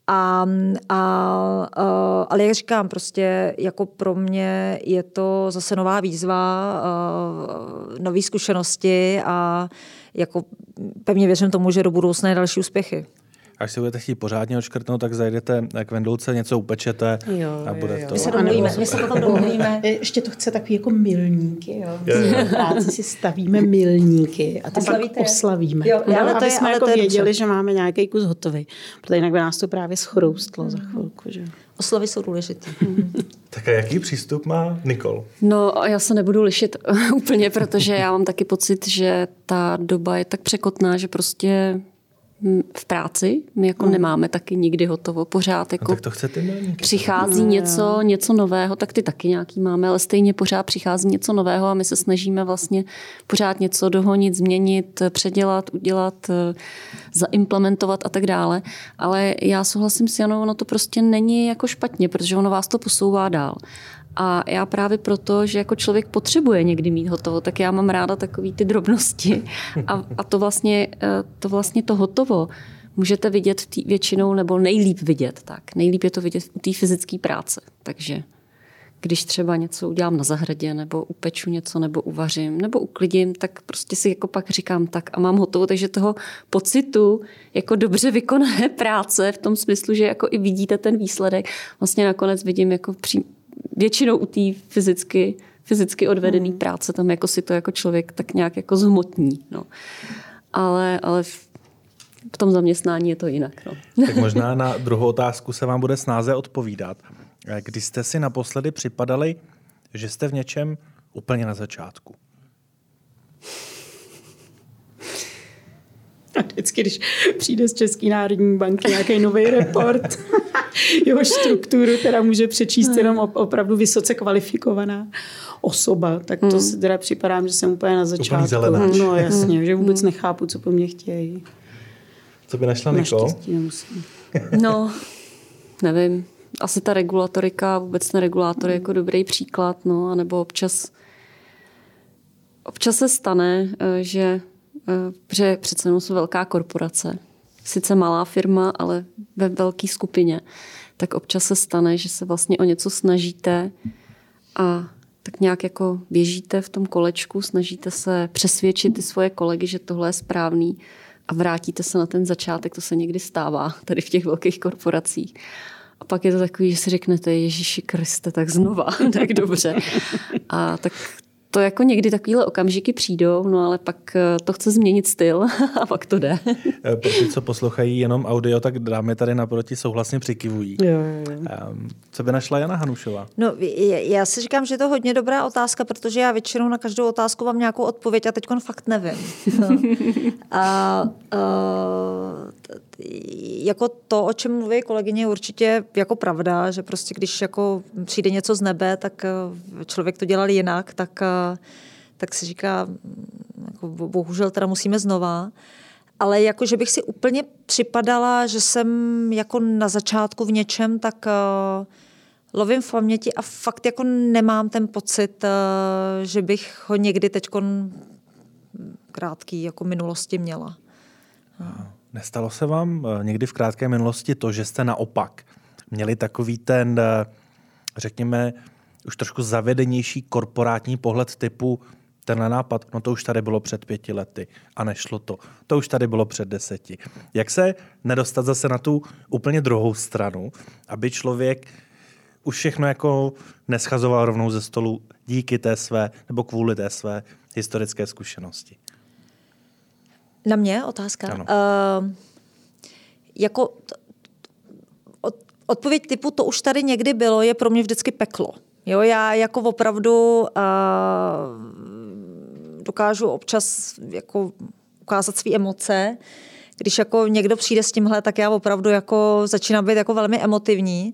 Ale jak říkám, prostě jako pro mě je to zase nová výzva, nové zkušenosti a jako pevně věřím tomu, že do budoucna je další úspěchy. Až si budete chtít pořádně odškrtnout, tak zajdete k Vendulce, něco upečete a bude to. My se potom domluvíme. Ještě to chce takový jako milníky. Jo. V práci si stavíme milníky a ty pak oslavíme. Jo, ale aby jsme jako věděli, dobře. že máme nějaký kus hotový. Protože jinak by nás to právě schroustlo za chvilku. Že? Oslavy jsou důležité. Tak a jaký přístup má Nicole? No, já se nebudu lišit úplně, protože já mám taky pocit, že ta doba je tak překotná, že prostě v práci my jako nemáme taky nikdy hotovo. Pořád jako tak to chcete milníky. Přichází něco nového, tak ty taky nějaký máme, ale stejně pořád přichází něco nového a my se snažíme vlastně pořád něco dohonit, změnit, předělat, udělat, zaimplementovat a tak dále. Ale já souhlasím s Janou, ono to prostě není jako špatně, protože ono vás to posouvá dál. A já právě proto, že jako člověk potřebuje někdy mít hotovo, tak já mám ráda takový ty drobnosti. A to vlastně to hotovo můžete vidět většinou, nebo nejlíp vidět. Tak. Nejlíp je to vidět u té fyzické práce. Takže když třeba něco udělám na zahradě, nebo upeču něco, nebo uvařím, nebo uklidím, tak prostě si jako pak říkám tak a mám hotovo. Takže toho pocitu jako dobře vykonané práce v tom smyslu, že jako i vidíte ten výsledek, vlastně nakonec vidím jako většinou u té fyzicky odvedené práce, tam jako si to jako člověk tak nějak jako zhmotní. No. Ale v tom zaměstnání je to jinak. No. Tak možná na druhou otázku se vám bude snáze odpovídat. Kdy jste si naposledy připadali, že jste v něčem úplně na začátku? A vždycky, když přijde z České národní banky nějaký nový report, jeho strukturu teda může přečíst jenom opravdu vysoce kvalifikovaná osoba, tak to si teda připadám, že jsem úplně na začátku. No jasně, že vůbec nechápu, co po mně chtějí. Co by našla Nicole? Naštěstí nemusím. No, nevím. Asi ta regulatorika, vůbec ten regulátor je jako dobrý příklad, no, anebo občas se stane, že přece jenom jsou velká korporace, sice malá firma, ale ve velké skupině, tak občas se stane, že se vlastně o něco snažíte a tak nějak jako běžíte v tom kolečku, snažíte se přesvědčit ty svoje kolegy, že tohle je správný a vrátíte se na ten začátek, to se někdy stává tady v těch velkých korporacích. A pak je to takový, že si řeknete, Ježíši Kriste, tak znova, tak dobře. A tak to jako někdy takovýhle okamžiky přijdou, no ale pak to chce změnit styl a pak to jde. Pro ty, co poslouchají jenom audio, tak dámy tady naproti souhlasně přikivují. Jo. Co by našla Jana Hanušová? No, já si říkám, že je to hodně dobrá otázka, protože já většinou na každou otázku mám nějakou odpověď a teďkon fakt nevím. Jako to, o čem mluví kolegyně, je určitě jako pravda, že prostě když jako přijde něco z nebe, tak člověk to dělal jinak, tak si říká, jako bohužel teda musíme znova. Ale jako, že bych si úplně připadala, že jsem jako na začátku v něčem, tak lovím v paměti a fakt jako nemám ten pocit, že bych ho někdy teďkon krátký jako minulosti měla. Nestalo se vám někdy v krátké minulosti to, že jste naopak měli takový ten, řekněme, už trošku zavedenější korporátní pohled typu tenhle nápad, no to už tady bylo před 5 lety a nešlo to. To už tady bylo před 10. Jak se nedostat zase na tu úplně druhou stranu, aby člověk už všechno jako neschazoval rovnou ze stolu díky té své, nebo kvůli té své historické zkušenosti? Na mě otázka? jako odpověď typu to už tady někdy bylo, je pro mě vždycky peklo. Jo, já jako opravdu dokážu občas jako ukázat své emoce. Když jako někdo přijde s tímhle, tak já opravdu jako začínám být jako velmi emotivní.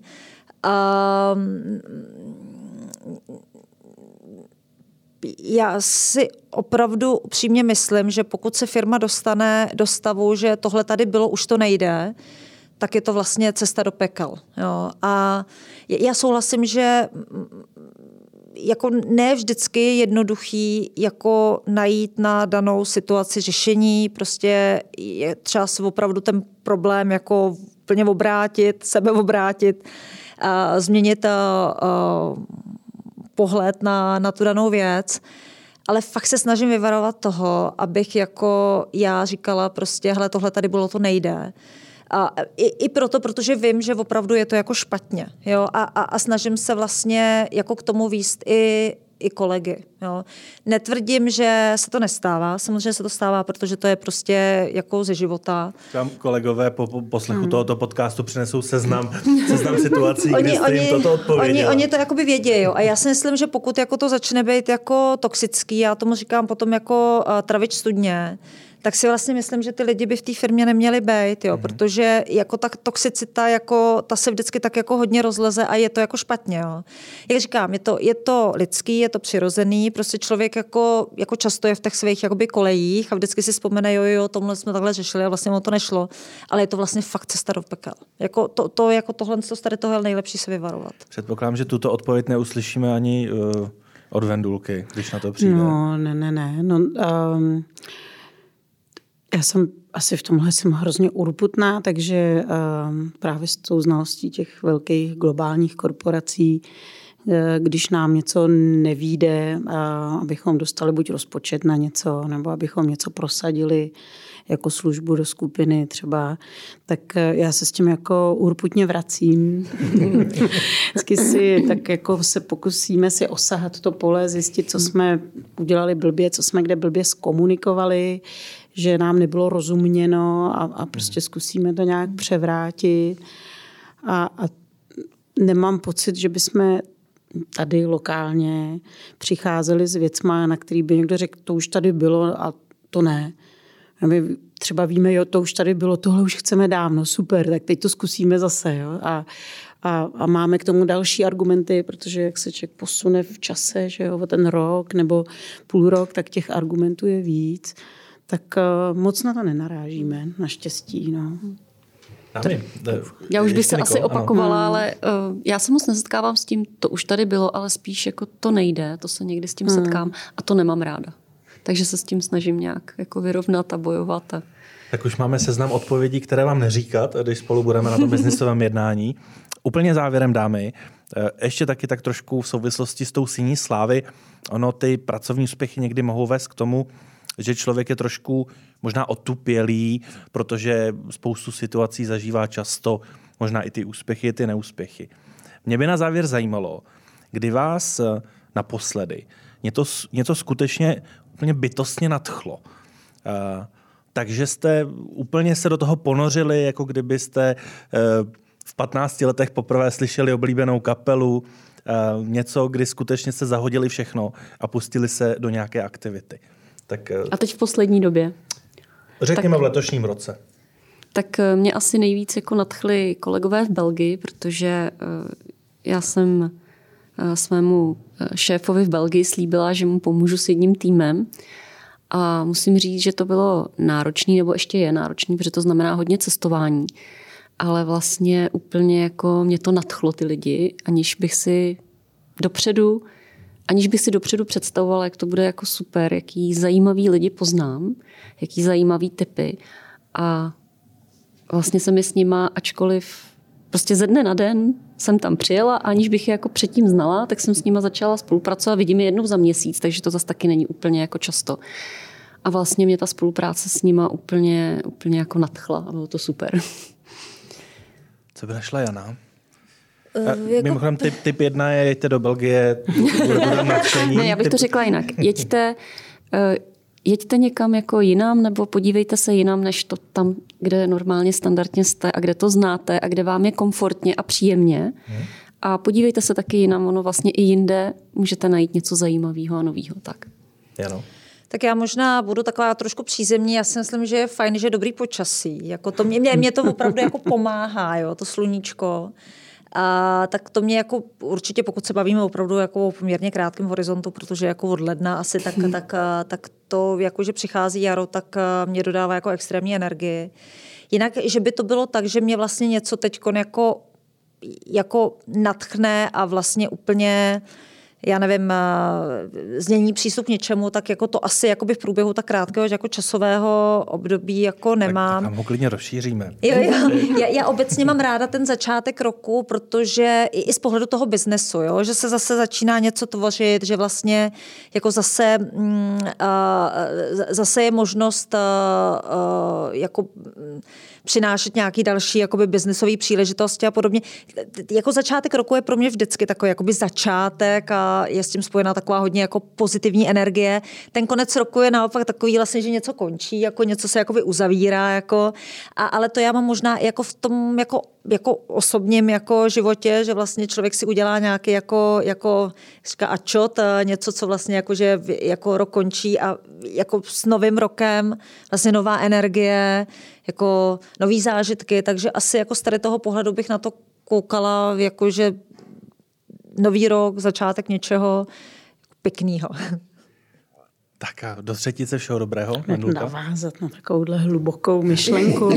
Já si opravdu upřímně myslím, že pokud se firma dostane do stavu, že tohle tady bylo, už to nejde, tak je to vlastně cesta do pekel. Jo. A já souhlasím, že jako ne vždycky je jednoduchý jako najít na danou situaci řešení, prostě je třeba si opravdu ten problém jako plně obrátit, sebeobrátit, změnit pohled na tu danou věc. Ale fakt se snažím vyvarovat toho, abych jako já říkala prostě, hele, tohle tady bylo, to nejde. I proto, protože vím, že opravdu je to jako špatně. Jo? A snažím se vlastně jako k tomu vést i kolegy. Jo? Netvrdím, že se to nestává. Samozřejmě se to stává, protože to je prostě jako ze života. Tam kolegové po poslechu tohoto podcastu přinesou seznam situací, kdy jste jim toto odpověděla. Oni to jakoby vědí. Jo? A já si myslím, že pokud jako to začne být jako toxický, já tomu říkám potom jako travič studně, tak si vlastně myslím, že ty lidi by v té firmě neměli být, jo, protože jako ta toxicita, jako, ta se vždycky tak jako hodně rozleze a je to jako špatně. Jo. Jak říkám, je to lidský, je to přirozený, prostě člověk jako často je v těch svých jakoby kolejích a vždycky si vzpomene, jo, tomhle jsme takhle řešili a vlastně mu to nešlo, ale je to vlastně fakt cesta do pekel. Jako tohle z tady toho je nejlepší se vyvarovat. Předpokládám, že tuto odpověď neuslyšíme ani od Vendulky, když na to přijde. No, ne. Já jsem asi v tomhle jsem hrozně urputná, takže právě s tou znalostí těch velkých globálních korporací, když nám něco nevyjde, abychom dostali buď rozpočet na něco, nebo abychom něco prosadili jako službu do skupiny třeba, tak já se s tím jako urputně vracím. Vždycky si tak jako se pokusíme si osahat to pole, zjistit, co jsme udělali blbě, co jsme kde blbě zkomunikovali, že nám nebylo rozuměno a prostě zkusíme to nějak převrátit. A nemám pocit, že bychom tady lokálně přicházeli s věcma, na který by někdo řekl, to už tady bylo a to ne. A my třeba víme, jo, to už tady bylo, tohle už chceme dávno, super, tak teď to zkusíme zase. Jo? A máme k tomu další argumenty, protože jak se člověk posune v čase, že jo, o ten rok nebo půl rok, tak těch argumentů je víc. Tak moc na to nenarážíme, naštěstí. No. Já už bych se asi opakovala, ale já se moc nesetkávám s tím, to už tady bylo, ale spíš jako to nejde, to se někdy s tím setkám a to nemám ráda. Takže se s tím snažím nějak jako vyrovnat a bojovat. Tak už máme seznam odpovědí, které vám neříkat, když spolu budeme na tom biznisovém jednání. Úplně závěrem, dámy, ještě taky tak trošku v souvislosti s tou síní slávy, ono ty pracovní úspěchy někdy mohou vést k tomu, že člověk je trošku možná otupělý, protože spoustu situací zažívá často, možná i ty úspěchy, i ty neúspěchy. Mě by na závěr zajímalo, kdy vás naposledy něco skutečně úplně bytostně nadchlo. Takže jste úplně se do toho ponořili, jako kdybyste v 15 letech poprvé slyšeli oblíbenou kapelu, něco, kdy skutečně se zahodili všechno a pustili se do nějaké aktivity. Tak, a teď v poslední době? Řekněme v letošním roce. Tak mě asi nejvíc jako nadchli kolegové v Belgii, protože já jsem svému šéfovi v Belgii slíbila, že mu pomůžu s jedním týmem. A musím říct, že to bylo náročné, nebo ještě je náročné, protože to znamená hodně cestování. Ale vlastně úplně jako mě to nadchlo ty lidi, aniž bych si dopředu představovala, jak to bude jako super, jaký zajímavý lidi poznám, jaký zajímavý typy. A vlastně se mi s nima, ačkoliv prostě ze dne na den jsem tam přijela, aniž bych je jako předtím znala, tak jsem s nima začala spolupracovat. Vidím je jednou za měsíc, takže to zase taky není úplně jako často. A vlastně mě ta spolupráce s nima úplně jako nadchla a bylo to super. Co by našla Jana? Mimochodem, typ 1 je jeďte do Belgie, bude nadšení. Ne, já bych to řekla jinak. jeďte někam jako jinam nebo podívejte se jinam, než to tam, kde normálně standardně jste a kde to znáte a kde vám je komfortně a příjemně. A podívejte se taky jinam, ono vlastně i jinde můžete najít něco zajímavého a nového. Tak. Ano. Tak já možná budu taková trošku přízemní. Já si myslím, že je fajn, že je dobrý počasí. Jako to mě to opravdu jako pomáhá, jo, to sluníčko. A tak to mě jako určitě, pokud se bavíme opravdu jako o poměrně krátkém horizontu, protože jako od ledna asi tak to, jako že přichází jaro, tak mě dodává jako extrémní energii. Jinak, že by to bylo tak, že mě vlastně něco teďkon jako nadchne a vlastně úplně, já nevím, změní přístup k něčemu, tak jako to asi jako by v průběhu tak krátkého jako časového období jako nemám. Tak ho klidně rozšíříme. Já obecně mám ráda ten začátek roku, protože i z pohledu toho biznesu, jo, že se zase začíná něco tvořit, že vlastně jako zase je možnost jako přinášet nějaký další jakoby biznesové příležitosti a podobně. Jako začátek roku je pro mě vždycky takový jakoby začátek a je s tím spojená taková hodně jako pozitivní energie. Ten konec roku je naopak takový vlastně, že něco končí, jako něco se jakoby uzavírá, jako, ale to já mám možná jako v tom jako osobním jako životě, že vlastně člověk si udělá nějaký jako říká ačot, něco, co vlastně jako, že jako rok končí a jako s novým rokem vlastně nová energie, jako nový zážitky, takže asi jako z tady toho pohledu bych na to koukala, jako že nový rok, začátek něčeho pěknýho. Tak a do třetice všeho dobrého. Navázat na takovouhle hlubokou myšlenku.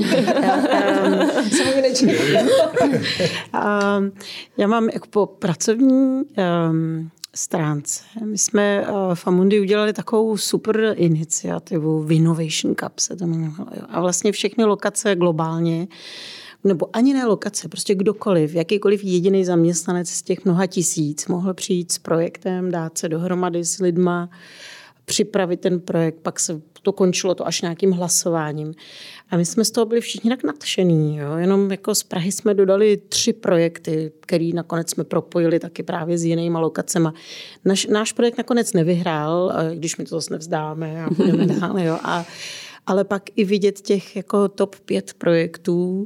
Já mám jako po pracovní stránce. My jsme v Amundi udělali takovou super iniciativu Innovation Cup se to jmenovalo. A vlastně všechny lokace globálně, nebo ani ne lokace, prostě kdokoliv, jakýkoliv jediný zaměstnanec z těch mnoha tisíc mohl přijít s projektem, dát se dohromady s lidma, připravit ten projekt, pak se to končilo to až nějakým hlasováním. A my jsme z toho byli všichni tak nadšený. Jo? Jenom jako z Prahy jsme dodali 3 projekty, který nakonec jsme propojili taky právě s jinýma lokacema. Náš projekt nakonec nevyhrál, když my to zase nevzdáme a budeme dál. Jo? Ale pak i vidět těch jako top 5 projektů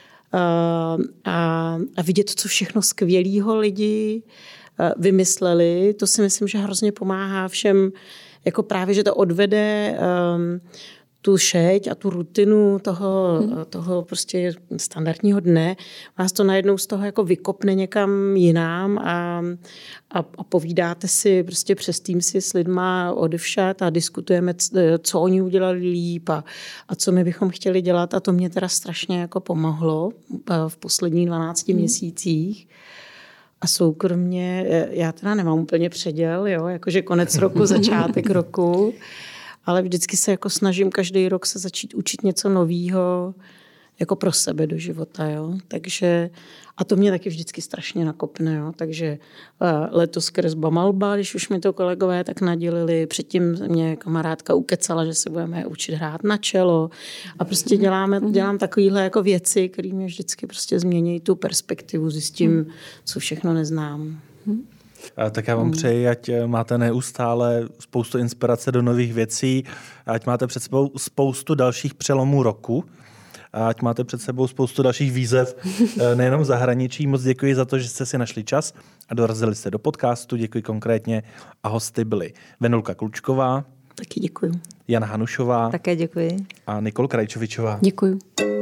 a vidět, co všechno skvělýho lidi vymysleli, to si myslím, že hrozně pomáhá všem, jako právě, že to odvede tu šeť a tu rutinu toho prostě standardního dne. Vás to najednou z toho jako vykopne někam jinam a povídáte si prostě přes Teamsy s lidma odevšad a diskutujeme, co oni udělali líp a co my bychom chtěli dělat. A to mě teda strašně jako pomohlo v posledních 12 měsících. A soukromně, já teda nemám úplně předěl, jo, jakože konec roku, začátek roku, ale vždycky se jako snažím každý rok se začít učit něco nového jako pro sebe do života, jo. Takže, a to mě taky vždycky strašně nakopne, jo. Takže letos kresba malba, když už mi to kolegové tak nadělili, předtím mě kamarádka ukecala, že se budeme učit hrát na čelo a prostě dělám takovýhle jako věci, které mě vždycky prostě změní tu perspektivu, zjistím, co všechno neznám. Tak já vám přeji, ať máte neustále spoustu inspirace do nových věcí, ať máte před sebou spoustu dalších přelomů roku, ať máte před sebou spoustu dalších výzev, nejenom v zahraničí. Moc děkuji za to, že jste si našli čas a dorazili jste do podcastu. Děkuji konkrétně a hosty byli Venulka Klučková. Taky děkuji. Jana Hanušová. Také děkuji. A Nikol Krajčovičová. Děkuji.